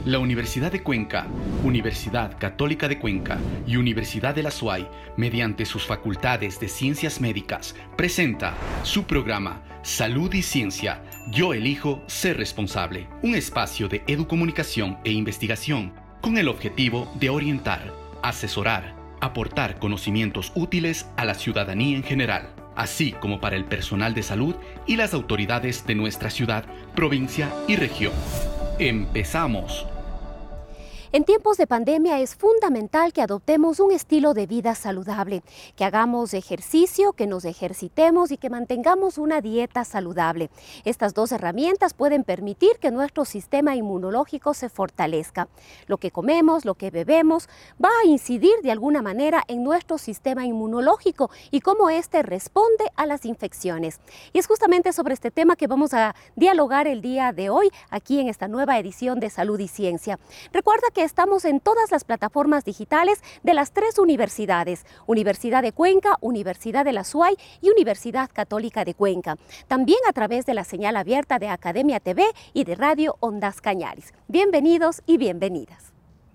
La Universidad de Cuenca, Universidad Católica de Cuenca y Universidad de la SUAY, mediante sus facultades de Ciencias Médicas, presenta su programa Salud y Ciencia, Yo elijo ser responsable, un espacio de educomunicación e investigación con el objetivo de orientar, asesorar, aportar conocimientos útiles a la ciudadanía en general, así como para el personal de salud y las autoridades de nuestra ciudad, provincia y región. ¡Empezamos! En tiempos de pandemia es fundamental que adoptemos un estilo de vida saludable, que hagamos ejercicio, que nos ejercitemos y que mantengamos una dieta saludable. Estas dos herramientas pueden permitir que nuestro sistema inmunológico se fortalezca. Lo que comemos, lo que bebemos, va a incidir de alguna manera en nuestro sistema inmunológico y cómo éste responde a las infecciones. Y es justamente sobre este tema que vamos a dialogar el día de hoy, aquí en esta nueva edición de Salud y Ciencia. Recuerda que estamos en todas las plataformas digitales de las tres universidades, Universidad de Cuenca, Universidad de la SUAY y Universidad Católica de Cuenca. También a través de la señal abierta de Academia TV y de Radio Ondas Cañaris. Bienvenidos y bienvenidas.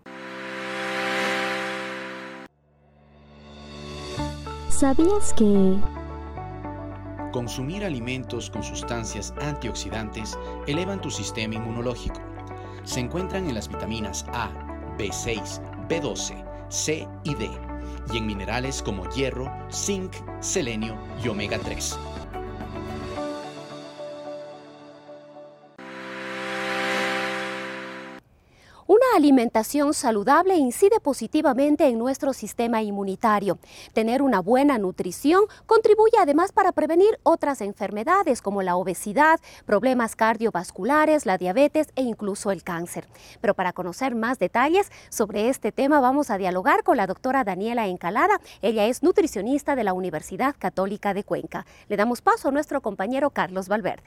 ¿Sabías que consumir alimentos con sustancias antioxidantes elevan tu sistema inmunológico? Se encuentran en las vitaminas A, B6, B12, C y D, y en minerales como hierro, zinc, selenio y omega 3. Una alimentación saludable incide positivamente en nuestro sistema inmunitario. Tener una buena nutrición contribuye además para prevenir otras enfermedades como la obesidad, problemas cardiovasculares, la diabetes e incluso el cáncer. Pero para conocer más detalles sobre este tema vamos a dialogar con la doctora Daniela Encalada. Ella es nutricionista de la Universidad Católica de Cuenca. Le damos paso a nuestro compañero Carlos Valverde.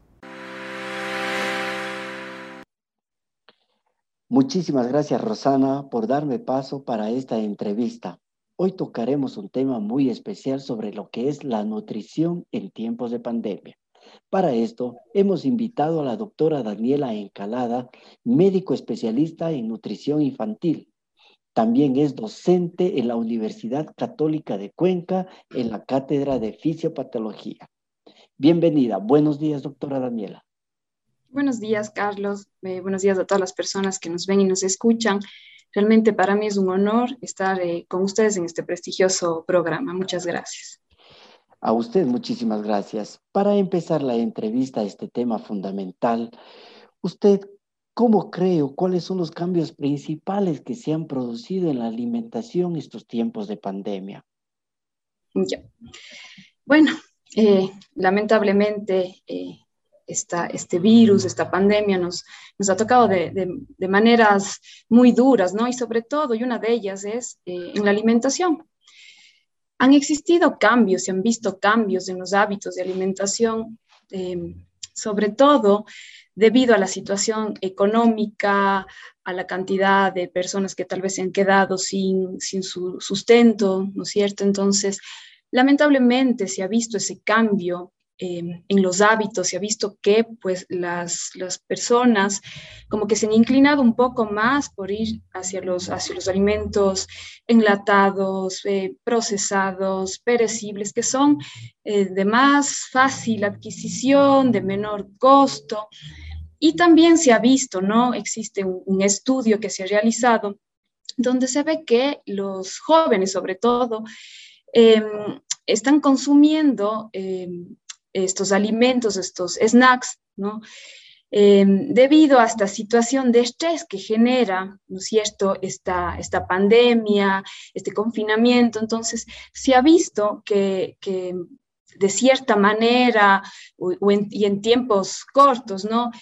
Muchísimas gracias, Rosana, por darme paso para esta entrevista. Hoy tocaremos un tema muy especial sobre lo que es la nutrición en tiempos de pandemia. Para esto, hemos invitado a la doctora Daniela Encalada, médico especialista en nutrición infantil. También es docente en la Universidad Católica de Cuenca en la Cátedra de Fisiopatología. Bienvenida. Buenos días, doctora Daniela. Buenos días, Carlos. Buenos días a todas las personas que nos ven y nos escuchan. Realmente para mí es un honor estar con ustedes en este prestigioso programa. Muchas gracias. A usted muchísimas gracias. Para empezar la entrevista a este tema fundamental, ¿usted cómo cree o cuáles son los cambios principales que se han producido en la alimentación estos tiempos de pandemia? Ya. Bueno, lamentablemente este virus, esta pandemia nos ha tocado de maneras muy duras, ¿no? Y sobre todo, y una de ellas es en la alimentación. Han existido cambios, se han visto cambios en los hábitos de alimentación, sobre todo debido a la situación económica, a la cantidad de personas que tal vez se han quedado sin su sustento, ¿no es cierto? Entonces, lamentablemente se ha visto ese cambio en los hábitos. Se ha visto que pues, las personas como que se han inclinado un poco más por ir hacia los alimentos enlatados, procesados, perecibles, que son de más fácil adquisición, de menor costo. Y también se ha visto, ¿no? Existe un estudio que se ha realizado donde se ve que los jóvenes, sobre todo, están consumiendo estos alimentos, estos snacks, ¿no? Debido a esta situación de estrés que genera, ¿no es cierto?, esta pandemia, este confinamiento. Entonces, se ha visto que de cierta manera y en tiempos cortos, ¿no?,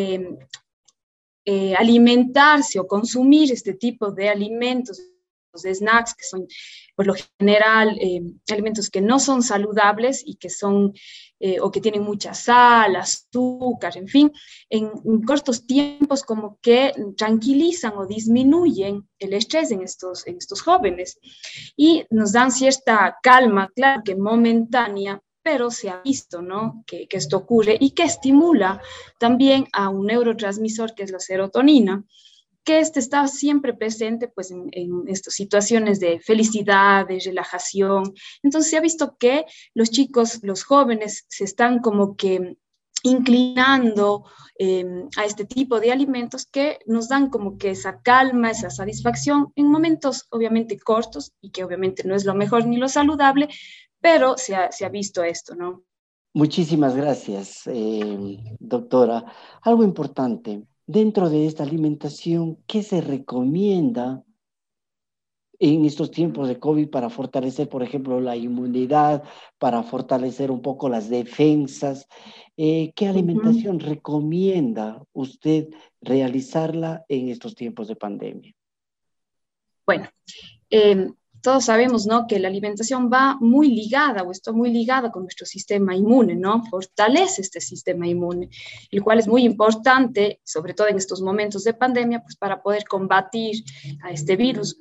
alimentarse o consumir este tipo de alimentos, de snacks, que son por lo general alimentos que no son saludables y que son o que tienen mucha sal, azúcar, en fin, en cortos tiempos como que tranquilizan o disminuyen el estrés en estos jóvenes y nos dan cierta calma, claro que momentánea, pero se ha visto, ¿no?, que esto ocurre y que estimula también a un neurotransmisor que es la serotonina, que este está siempre presente pues, en estas situaciones de felicidad, de relajación. Entonces se ha visto que los chicos, los jóvenes, se están como que inclinando a este tipo de alimentos que nos dan como que esa calma, esa satisfacción en momentos obviamente cortos y que obviamente no es lo mejor ni lo saludable, pero se ha visto esto, ¿no? Muchísimas gracias, doctora. Algo importante, dentro de esta alimentación, ¿qué se recomienda en estos tiempos de COVID para fortalecer, por ejemplo, la inmunidad, para fortalecer un poco las defensas? ¿Qué alimentación recomienda usted realizarla en estos tiempos de pandemia? Bueno, todos sabemos, ¿no?, que la alimentación va muy ligada o está muy ligada con nuestro sistema inmune, ¿no? Fortalece este sistema inmune, el cual es muy importante, sobre todo en estos momentos de pandemia, pues para poder combatir a este virus.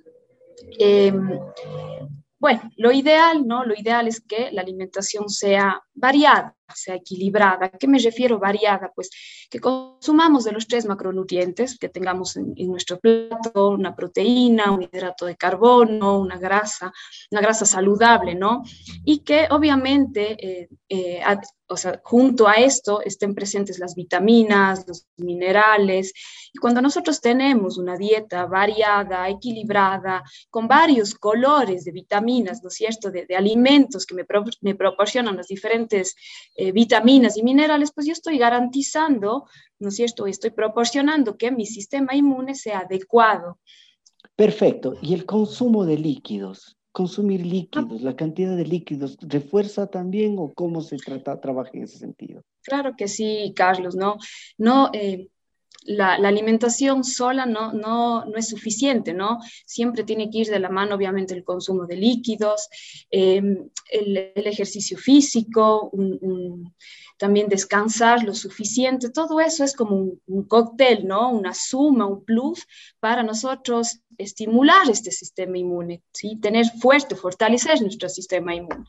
Bueno, lo ideal, ¿no? Lo ideal es que la alimentación sea variada, sea equilibrada. ¿A qué me refiero variada? Pues que consumamos de los 3 macronutrientes, que tengamos en nuestro plato una proteína, un hidrato de carbono, una grasa saludable, ¿no? Y que obviamente, o sea, junto a esto estén presentes las vitaminas, los minerales. Y cuando nosotros tenemos una dieta variada, equilibrada, con varios colores de vitaminas, ¿no es cierto?, de alimentos que me proporcionan las diferentes vitaminas y minerales, pues yo estoy garantizando, ¿no es cierto?, estoy proporcionando que mi sistema inmune sea adecuado. Perfecto. ¿Y el consumo de líquidos? Consumir líquidos, la cantidad de líquidos, ¿refuerza también o cómo se trabaja en ese sentido? Claro que sí, Carlos, ¿no? La alimentación sola no es suficiente, ¿no? Siempre tiene que ir de la mano, obviamente, el consumo de líquidos, el ejercicio físico, también descansar lo suficiente. Todo eso es como un cóctel, ¿no? Una suma, un plus para nosotros estimular este sistema inmune, ¿sí? Tener fuerte, fortalecer nuestro sistema inmune.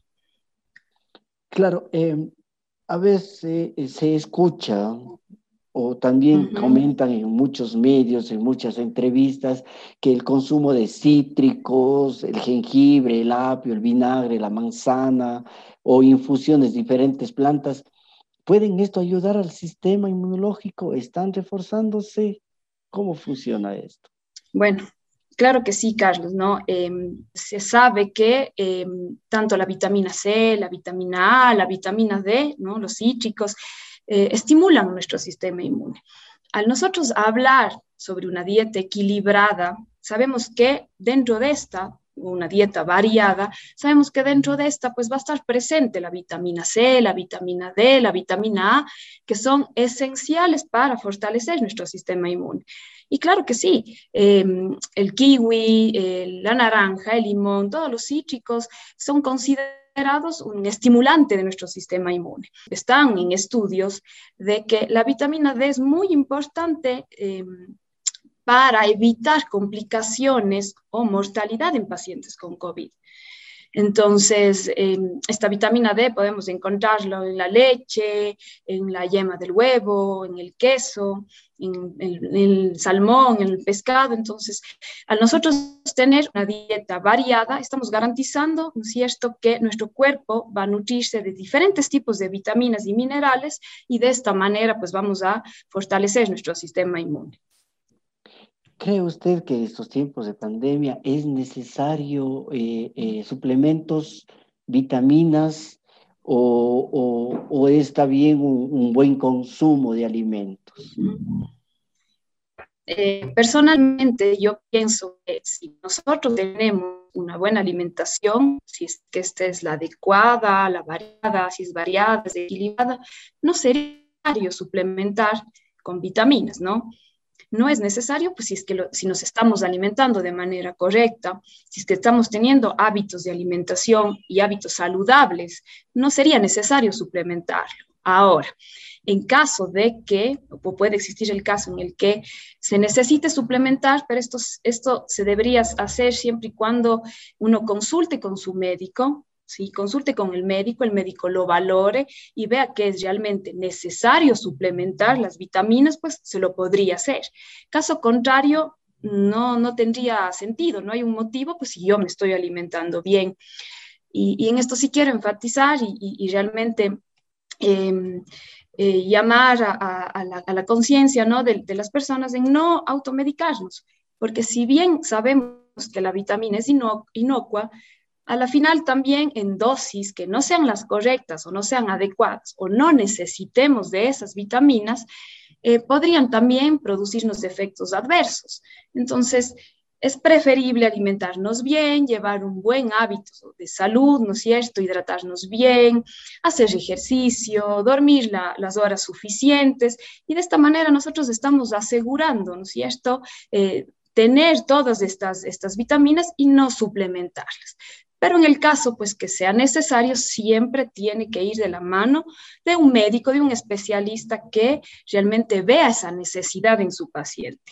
Claro, a veces se escucha o también comentan en muchos medios, en muchas entrevistas, que el consumo de cítricos, el jengibre, el apio, el vinagre, la manzana o infusiones de diferentes plantas, ¿pueden esto ayudar al sistema inmunológico? ¿Están reforzándose? ¿Cómo funciona esto? Bueno, claro que sí, Carlos, ¿no? Se sabe que tanto la vitamina C, la vitamina A, la vitamina D, ¿no?, los cítricos, estimulan nuestro sistema inmune. Al nosotros hablar sobre una dieta equilibrada, sabemos que dentro de esta, una dieta variada, sabemos que dentro de esta pues va a estar presente la vitamina C, la vitamina D, la vitamina A, que son esenciales para fortalecer nuestro sistema inmune. Y claro que sí, el kiwi, la naranja, el limón, todos los cítricos son considerados un estimulante de nuestro sistema inmune. Están en estudios de que la vitamina D es muy importante para evitar complicaciones o mortalidad en pacientes con COVID. Entonces, esta vitamina D podemos encontrarlo en la leche, en la yema del huevo, en el queso, en el salmón, en el pescado. Entonces, al nosotros tener una dieta variada, estamos garantizando, ¿no es cierto?, que nuestro cuerpo va a nutrirse de diferentes tipos de vitaminas y minerales y de esta manera pues vamos a fortalecer nuestro sistema inmune. ¿Cree usted que en estos tiempos de pandemia es necesario suplementos, vitaminas o está bien un buen consumo de alimentos? Personalmente yo pienso que si nosotros tenemos una buena alimentación, si es que esta es la adecuada, la variada, si es variada, es equilibrada, no sería necesario suplementar con vitaminas, ¿no? No es necesario, pues si nos estamos alimentando de manera correcta, si es que estamos teniendo hábitos de alimentación y hábitos saludables, no sería necesario suplementarlo. Ahora, en caso de que, o puede existir el caso en el que se necesite suplementar, pero esto se debería hacer siempre y cuando uno consulte con su médico, ¿sí? Consulte con el médico lo valore y vea que es realmente necesario suplementar las vitaminas, pues se lo podría hacer. Caso contrario, no tendría sentido, no hay un motivo, pues si yo me estoy alimentando bien. Y en esto sí quiero enfatizar y realmente llamar a la conciencia, ¿no? de las personas en no automedicarnos, porque si bien sabemos que la vitamina es inocua, a la final también en dosis que no sean las correctas o no sean adecuadas o no necesitemos de esas vitaminas, podrían también producirnos efectos adversos. Entonces, es preferible alimentarnos bien, llevar un buen hábito de salud, ¿no es cierto? Hidratarnos bien, hacer ejercicio, dormir las horas suficientes, y de esta manera nosotros estamos asegurando, ¿no es cierto? Tener todas estas vitaminas y no suplementarlas. Pero en el caso pues que sea necesario, siempre tiene que ir de la mano de un médico, de un especialista que realmente vea esa necesidad en su paciente.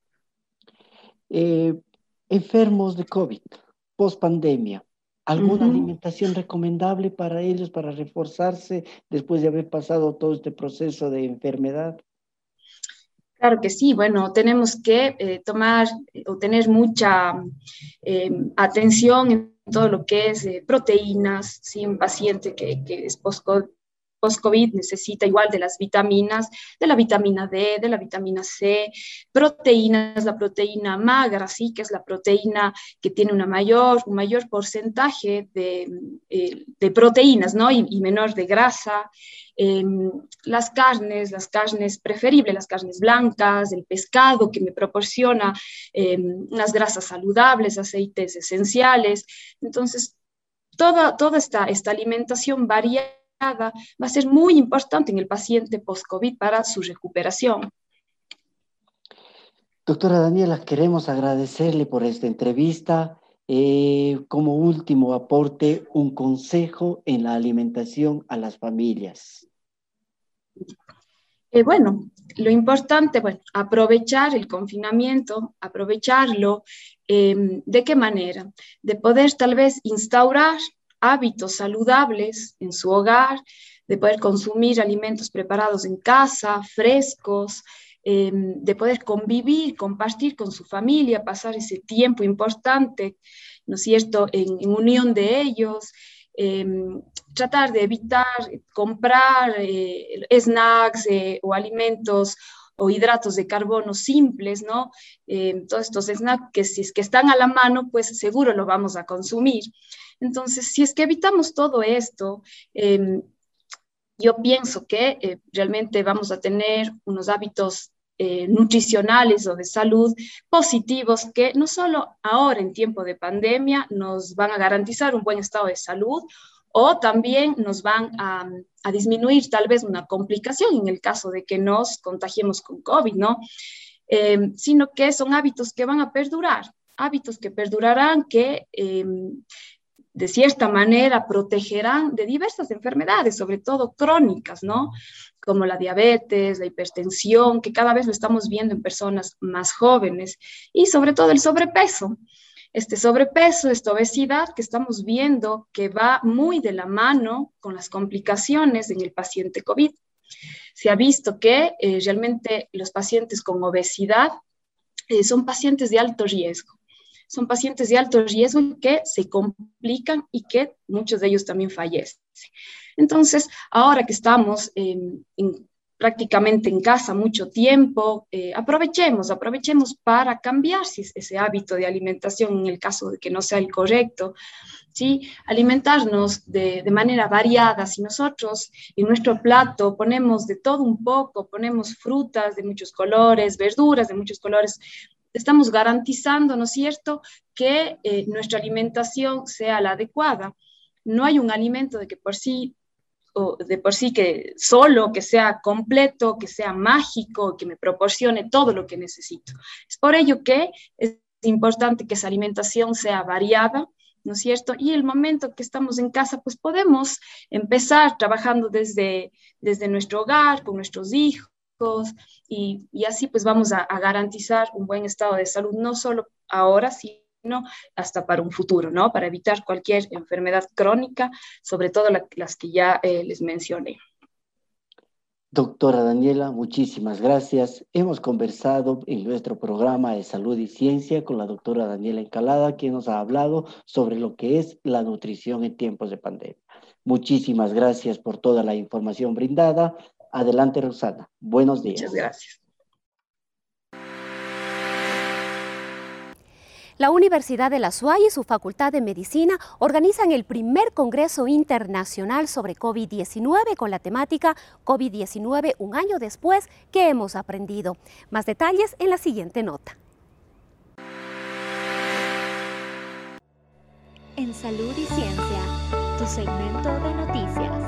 Enfermos de COVID, post pandemia, ¿alguna alimentación recomendable para ellos para reforzarse después de haber pasado todo este proceso de enfermedad? Claro que sí, bueno, tenemos que tomar o tener mucha atención en todo lo que es proteínas, ¿sí? Un paciente que es post-COVID necesita igual de las vitaminas, de la vitamina D, de la vitamina C, proteínas, la proteína magra, ¿sí? Que es la proteína que tiene un mayor porcentaje de proteínas, ¿no? Y menor de grasa. Las carnes preferibles, las carnes blancas, el pescado que me proporciona las grasas saludables, aceites esenciales. Entonces, toda esta alimentación variada va a ser muy importante en el paciente post-COVID para su recuperación. Doctora Daniela, queremos agradecerle por esta entrevista. Como último aporte, un consejo en la alimentación a las familias. Bueno, lo importante, aprovechar el confinamiento, aprovecharlo. ¿De qué manera? De poder tal vez instaurar hábitos saludables en su hogar, de poder consumir alimentos preparados en casa, frescos, de poder convivir, compartir con su familia, pasar ese tiempo importante, ¿no es cierto?, en unión de ellos. Tratar de evitar comprar snacks o alimentos o hidratos de carbono simples, ¿no? Todos estos snacks que si es que están a la mano, pues seguro lo vamos a consumir. Entonces, si es que evitamos todo esto, yo pienso que realmente vamos a tener unos hábitos nutricionales o de salud positivos que no solo ahora en tiempo de pandemia nos van a garantizar un buen estado de salud o también nos van a disminuir tal vez una complicación en el caso de que nos contagiemos con COVID, ¿no? Sino que son hábitos que van a perdurar, hábitos que perdurarán, que de cierta manera protegerán de diversas enfermedades, sobre todo crónicas, ¿no? Como la diabetes, la hipertensión, que cada vez lo estamos viendo en personas más jóvenes, y sobre todo el sobrepeso. Este sobrepeso, esta obesidad que estamos viendo que va muy de la mano con las complicaciones en el paciente COVID. Se ha visto que realmente los pacientes con obesidad son pacientes de alto riesgo. Son pacientes de alto riesgo que se complican y que muchos de ellos también fallecen. Entonces, ahora que estamos prácticamente en casa mucho tiempo, aprovechemos para cambiar ese hábito de alimentación en el caso de que no sea el correcto, ¿sí? Alimentarnos de manera variada. Si nosotros en nuestro plato ponemos de todo un poco, ponemos frutas de muchos colores, verduras de muchos colores, estamos garantizando, ¿no es cierto?, que nuestra alimentación sea la adecuada. No hay un alimento de por sí que solo, que sea completo, que sea mágico, que me proporcione todo lo que necesito. Es por ello que es importante que esa alimentación sea variada, ¿no es cierto? Y el momento que estamos en casa, pues podemos empezar trabajando desde nuestro hogar, con nuestros hijos, y así pues vamos a garantizar un buen estado de salud, no solo ahora, sino hasta para un futuro, ¿no? Para evitar cualquier enfermedad crónica, sobre todo las que ya les mencioné. Doctora Daniela, muchísimas gracias. Hemos conversado en nuestro programa de Salud y Ciencia con la doctora Daniela Encalada, quien nos ha hablado sobre lo que es la nutrición en tiempos de pandemia. Muchísimas gracias por toda la información brindada. Adelante, Rosana. Buenos días. Muchas gracias. La Universidad de la SUAY y su Facultad de Medicina organizan el primer Congreso Internacional sobre COVID-19 con la temática COVID-19 un año después, ¿qué hemos aprendido? Más detalles en la siguiente nota. En Salud y Ciencia, tu segmento de noticias.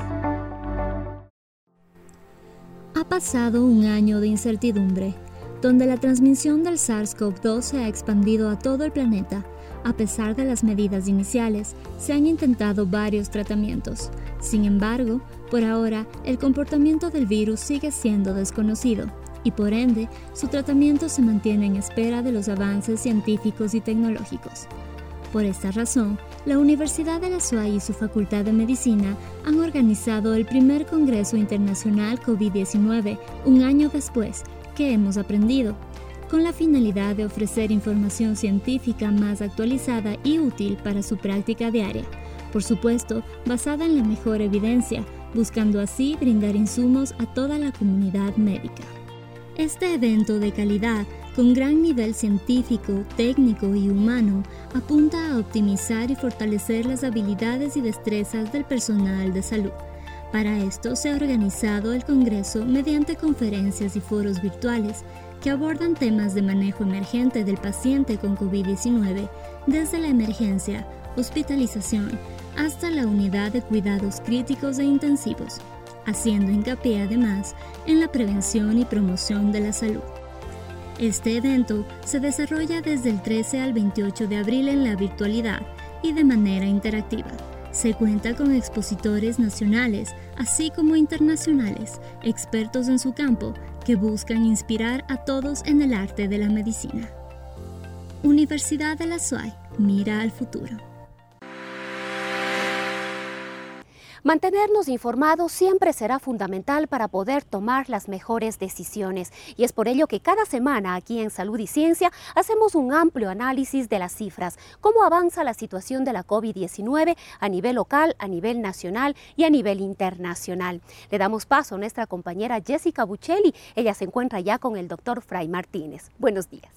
Ha pasado un año de incertidumbre, donde la transmisión del SARS-CoV-2 se ha expandido a todo el planeta. A pesar de las medidas iniciales, se han intentado varios tratamientos. Sin embargo, por ahora, el comportamiento del virus sigue siendo desconocido y por ende, su tratamiento se mantiene en espera de los avances científicos y tecnológicos. Por esta razón, la Universidad de la SUAY y su Facultad de Medicina han organizado el primer Congreso Internacional COVID-19 un año después, ¿qué hemos aprendido?, con la finalidad de ofrecer información científica más actualizada y útil para su práctica diaria, por supuesto, basada en la mejor evidencia, buscando así brindar insumos a toda la comunidad médica. Este evento de calidad, con gran nivel científico, técnico y humano, apunta a optimizar y fortalecer las habilidades y destrezas del personal de salud. Para esto se ha organizado el Congreso mediante conferencias y foros virtuales que abordan temas de manejo emergente del paciente con COVID-19, desde la emergencia, hospitalización, hasta la unidad de cuidados críticos e intensivos, haciendo hincapié además en la prevención y promoción de la salud. Este evento se desarrolla desde el 13 al 28 de abril en la virtualidad y de manera interactiva. Se cuenta con expositores nacionales, así como internacionales, expertos en su campo, que buscan inspirar a todos en el arte de la medicina. Universidad de la SUAY, mira al futuro. Mantenernos informados siempre será fundamental para poder tomar las mejores decisiones y es por ello que cada semana aquí en Salud y Ciencia hacemos un amplio análisis de las cifras, cómo avanza la situación de la COVID-19 a nivel local, a nivel nacional y a nivel internacional. Le damos paso a nuestra compañera Jessica Buccelli, ella se encuentra ya con el doctor Fray Martínez. Buenos días.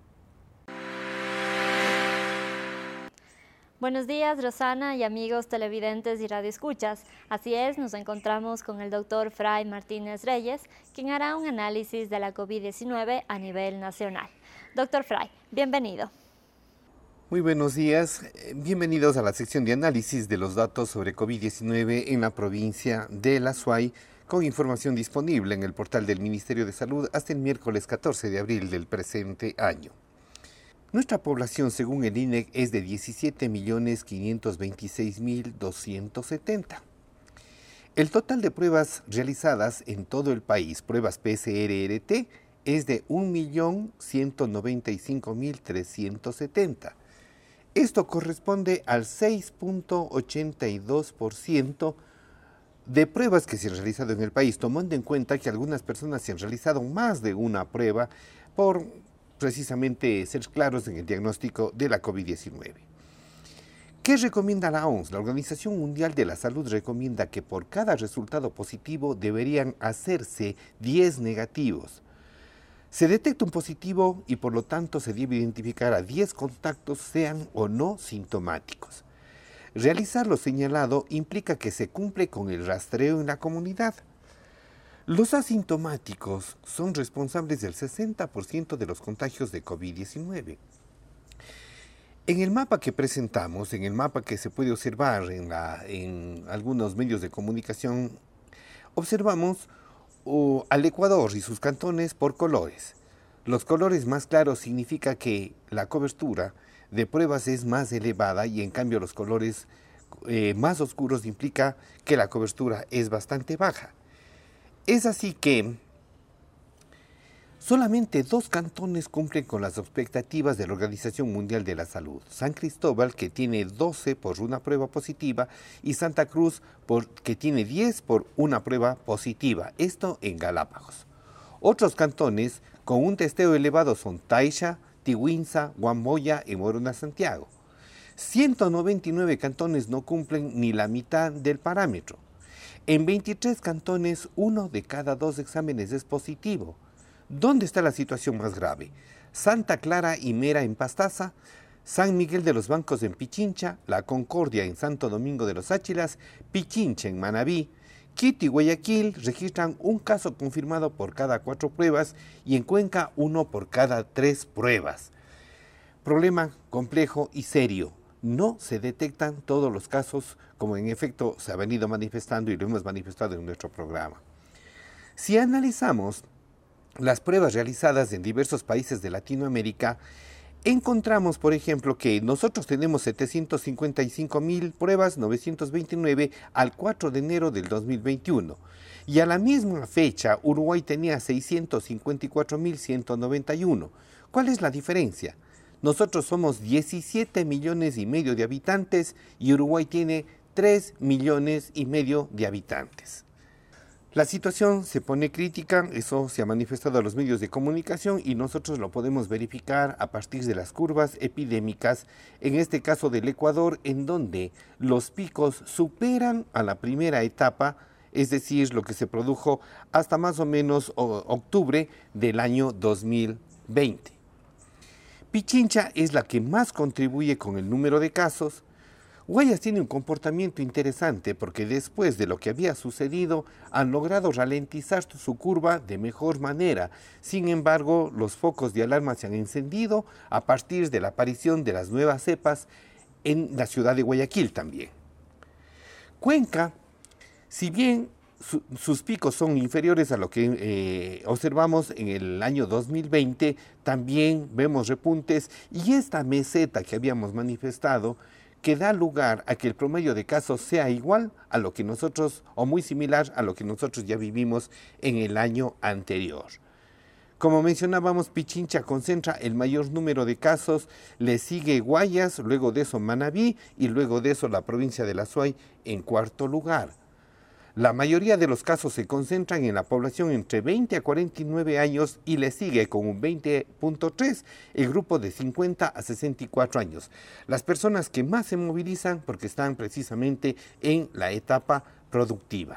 Buenos días, Rosana y amigos televidentes y radioescuchas. Así es, nos encontramos con el doctor Fray Martínez Reyes, quien hará un análisis de la COVID-19 a nivel nacional. Doctor Fray, bienvenido. Muy buenos días, bienvenidos a la sección de análisis de los datos sobre COVID-19 en la provincia de la SUAY, con información disponible en el portal del Ministerio de Salud hasta el miércoles 14 de abril del presente año. Nuestra población, según el INEC, es de 17.526.270. El total de pruebas realizadas en todo el país, pruebas PCR-RT, es de 1.195.370. Esto corresponde al 6.82% de pruebas que se han realizado en el país, tomando en cuenta que algunas personas se han realizado más de una prueba por precisamente ser claros en el diagnóstico de la COVID-19. ¿Qué recomienda la OMS? La Organización Mundial de la Salud recomienda que por cada resultado positivo deberían hacerse 10 negativos. Se detecta un positivo y por lo tanto se debe identificar a 10 contactos, sean o no sintomáticos. Realizar lo señalado implica que se cumple con el rastreo en la comunidad. Los asintomáticos son responsables del 60% de los contagios de COVID-19. En el mapa que presentamos, en el mapa que se puede observar en algunos medios de comunicación, observamos al Ecuador y sus cantones por colores. Los colores más claros significa que la cobertura de pruebas es más elevada y en cambio los colores más oscuros implica que la cobertura es bastante baja. Es así que Solamente 2 cantones cumplen con las expectativas de la Organización Mundial de la Salud. San Cristóbal, que tiene 12 por una prueba positiva, y Santa Cruz, que tiene 10 por una prueba positiva. Esto en Galápagos. Otros cantones con un testeo elevado son Taisha, Tihuinza, Guamboya y Morona Santiago. 199 cantones no cumplen ni la mitad del parámetro. En 23 cantones, 1 de cada 2 exámenes es positivo. ¿Dónde está la situación más grave? Santa Clara y Mera en Pastaza, San Miguel de los Bancos en Pichincha, La Concordia en Santo Domingo de los Áchilas, Pichincha en Manabí, Quito y Guayaquil registran un caso confirmado por cada 4 pruebas y en Cuenca 1 por cada 3 pruebas. Problema complejo y serio. No se detectan todos los casos como en efecto se ha venido manifestando y lo hemos manifestado en nuestro programa. Si analizamos las pruebas realizadas en diversos países de Latinoamérica, encontramos, por ejemplo, que nosotros tenemos 755.000 pruebas, 929 al 4 de enero del 2021. Y a la misma fecha, Uruguay tenía 654.191. ¿Cuál es la diferencia? Nosotros somos 17 millones y medio de habitantes y Uruguay tiene 3 millones y medio de habitantes. La situación se pone crítica, eso se ha manifestado a los medios de comunicación y nosotros lo podemos verificar a partir de las curvas epidémicas, en este caso del Ecuador, en donde los picos superan a la primera etapa, es decir, lo que se produjo hasta más o menos octubre del año 2020. Pichincha es la que más contribuye con el número de casos. Guayas tiene un comportamiento interesante porque después de lo que había sucedido han logrado ralentizar su curva de mejor manera. Sin embargo, los focos de alarma se han encendido a partir de la aparición de las nuevas cepas en la ciudad de Guayaquil también. Cuenca, si bien sus picos son inferiores a lo que observamos en el año 2020, también vemos repuntes y esta meseta que habíamos manifestado que da lugar a que el promedio de casos sea igual a lo que nosotros, o muy similar a lo que nosotros ya vivimos en el año anterior. Como mencionábamos, Pichincha concentra el mayor número de casos, le sigue Guayas, luego de eso Manabí y luego de eso la provincia de La Suay en cuarto lugar. La mayoría de los casos se concentran en la población entre 20 a 49 años y le sigue con un 20.3 el grupo de 50 a 64 años. Las personas que más se movilizan porque están precisamente en la etapa productiva.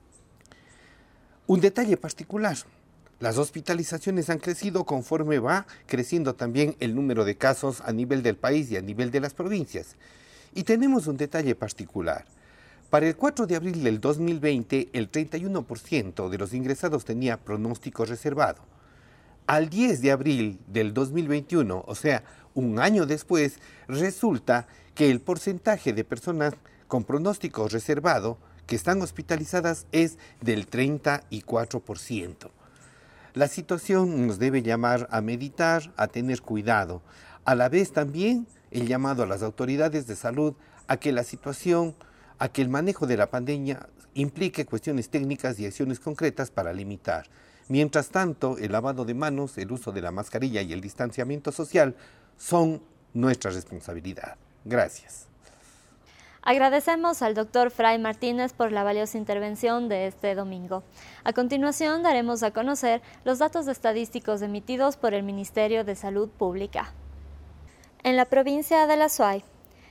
Un detalle particular, las hospitalizaciones han crecido conforme va creciendo también el número de casos a nivel del país y a nivel de las provincias. Y tenemos un detalle particular. Para el 4 de abril del 2020, el 31% de los ingresados tenía pronóstico reservado. Al 10 de abril del 2021, o sea, un año después, resulta que el porcentaje de personas con pronóstico reservado que están hospitalizadas es del 34%. La situación nos debe llamar a meditar, a tener cuidado. A la vez también el llamado a las autoridades de salud a que la situación, a que el manejo de la pandemia implique cuestiones técnicas y acciones concretas para limitar. Mientras tanto, el lavado de manos, el uso de la mascarilla y el distanciamiento social son nuestra responsabilidad. Gracias. Agradecemos al Dr. Fray Martínez por la valiosa intervención de este domingo. A continuación daremos a conocer los datos estadísticos emitidos por el Ministerio de Salud Pública. En la provincia de La Suay,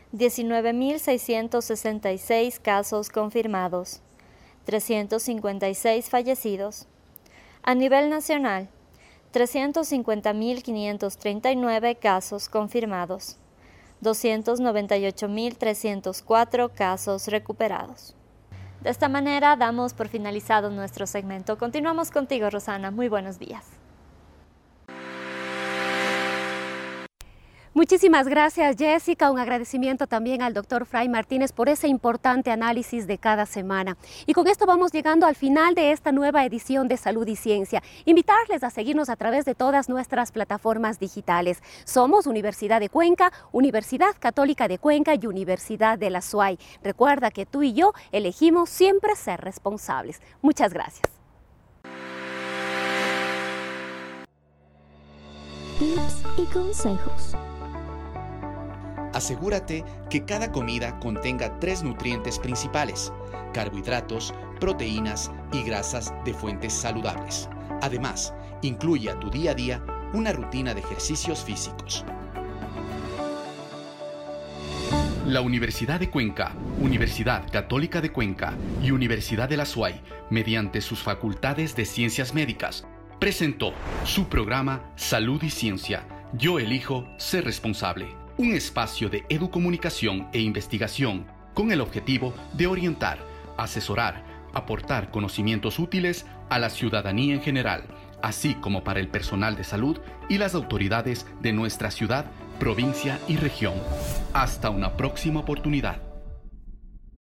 19.666 casos confirmados, 356 fallecidos. A nivel nacional, 350.539 casos confirmados, 298.304 casos recuperados. De esta manera damos por finalizado nuestro segmento. Continuamos contigo, Rosana. Muy buenos días. Muchísimas gracias, Jessica. Un agradecimiento también al doctor Fray Martínez por ese importante análisis de cada semana. Y con esto vamos llegando al final de esta nueva edición de Salud y Ciencia. Invitarles a seguirnos a través de todas nuestras plataformas digitales. Somos Universidad de Cuenca, Universidad Católica de Cuenca y Universidad de La Suay. Recuerda que tú y yo elegimos siempre ser responsables. Muchas gracias. tips y consejos. Asegúrate que cada comida contenga 3 nutrientes principales: carbohidratos, proteínas y grasas de fuentes saludables. Además, incluye a tu día a día una rutina de ejercicios físicos. La Universidad de Cuenca, Universidad Católica de Cuenca y Universidad de la SUAY, mediante sus facultades de Ciencias Médicas, presentó su programa Salud y Ciencia. Yo elijo ser responsable. Un espacio de educomunicación e investigación con el objetivo de orientar, asesorar, aportar conocimientos útiles a la ciudadanía en general, así como para el personal de salud y las autoridades de nuestra ciudad, provincia y región. Hasta una próxima oportunidad.